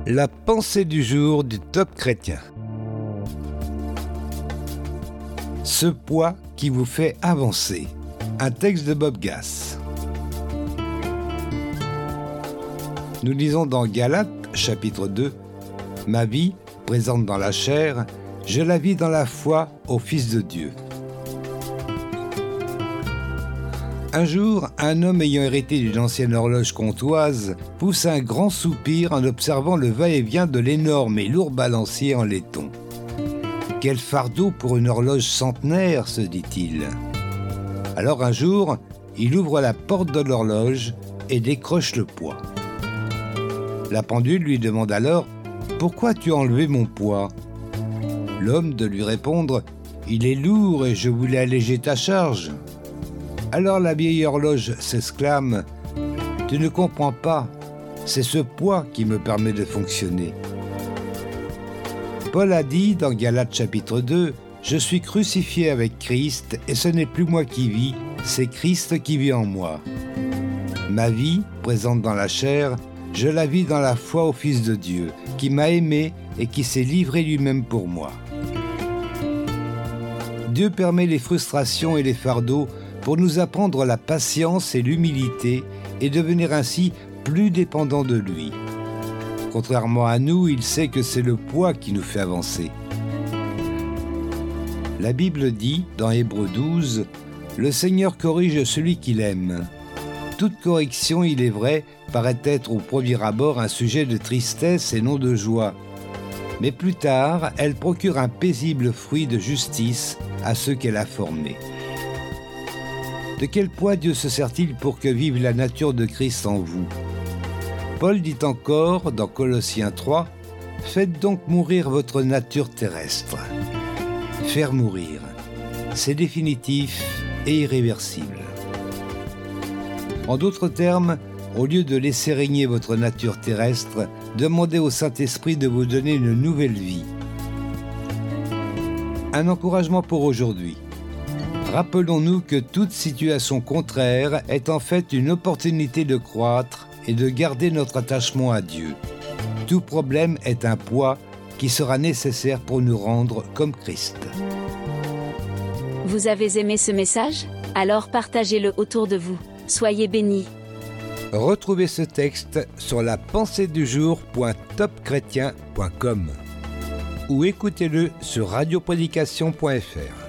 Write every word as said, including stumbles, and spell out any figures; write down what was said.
La pensée du jour du Top Chrétien. Ce poids qui vous fait avancer. Un texte de Bob Gass. Nous lisons dans Galates, chapitre deux, « Ma vie, présente dans la chair, je la vis dans la foi au Fils de Dieu. » Un jour, un homme ayant hérité d'une ancienne horloge comtoise pousse un grand soupir en observant le va-et-vient de l'énorme et lourd balancier en laiton. « Quel fardeau pour une horloge centenaire !» se dit-il. Alors un jour, il ouvre la porte de l'horloge et décroche le poids. La pendule lui demande alors « Pourquoi as-tu enlevé mon poids ?» L'homme de lui répondre « Il est lourd et je voulais alléger ta charge. » Alors la vieille horloge s'exclame « Tu ne comprends pas, c'est ce poids qui me permet de fonctionner. » Paul a dit dans Galates chapitre deux « Je suis crucifié avec Christ et ce n'est plus moi qui vis, c'est Christ qui vit en moi. Ma vie, présente dans la chair, je la vis dans la foi au Fils de Dieu, qui m'a aimé et qui s'est livré lui-même pour moi. » Dieu permet les frustrations et les fardeaux pour nous apprendre la patience et l'humilité et devenir ainsi plus dépendants de lui. Contrairement à nous, il sait que c'est le poids qui nous fait avancer. La Bible dit, dans Hébreux douze, « Le Seigneur corrige celui qu'il aime. » Toute correction, il est vrai, paraît être au premier abord un sujet de tristesse et non de joie. Mais plus tard, elle procure un paisible fruit de justice à ceux qu'elle a formés. De quel poids Dieu se sert-il pour que vive la nature de Christ en vous ? Paul dit encore dans Colossiens trois, « Faites donc mourir votre nature terrestre. » Faire mourir, c'est définitif et irréversible. En d'autres termes, au lieu de laisser régner votre nature terrestre, demandez au Saint-Esprit de vous donner une nouvelle vie. Un encouragement pour aujourd'hui. Rappelons-nous que toute situation contraire est en fait une opportunité de croître et de garder notre attachement à Dieu. Tout problème est un poids qui sera nécessaire pour nous rendre comme Christ. Vous avez aimé ce message ? Alors partagez-le autour de vous. Soyez bénis. Retrouvez ce texte sur la pensée du jour point top chrétien point com ou écoutez-le sur radio prédication point f r.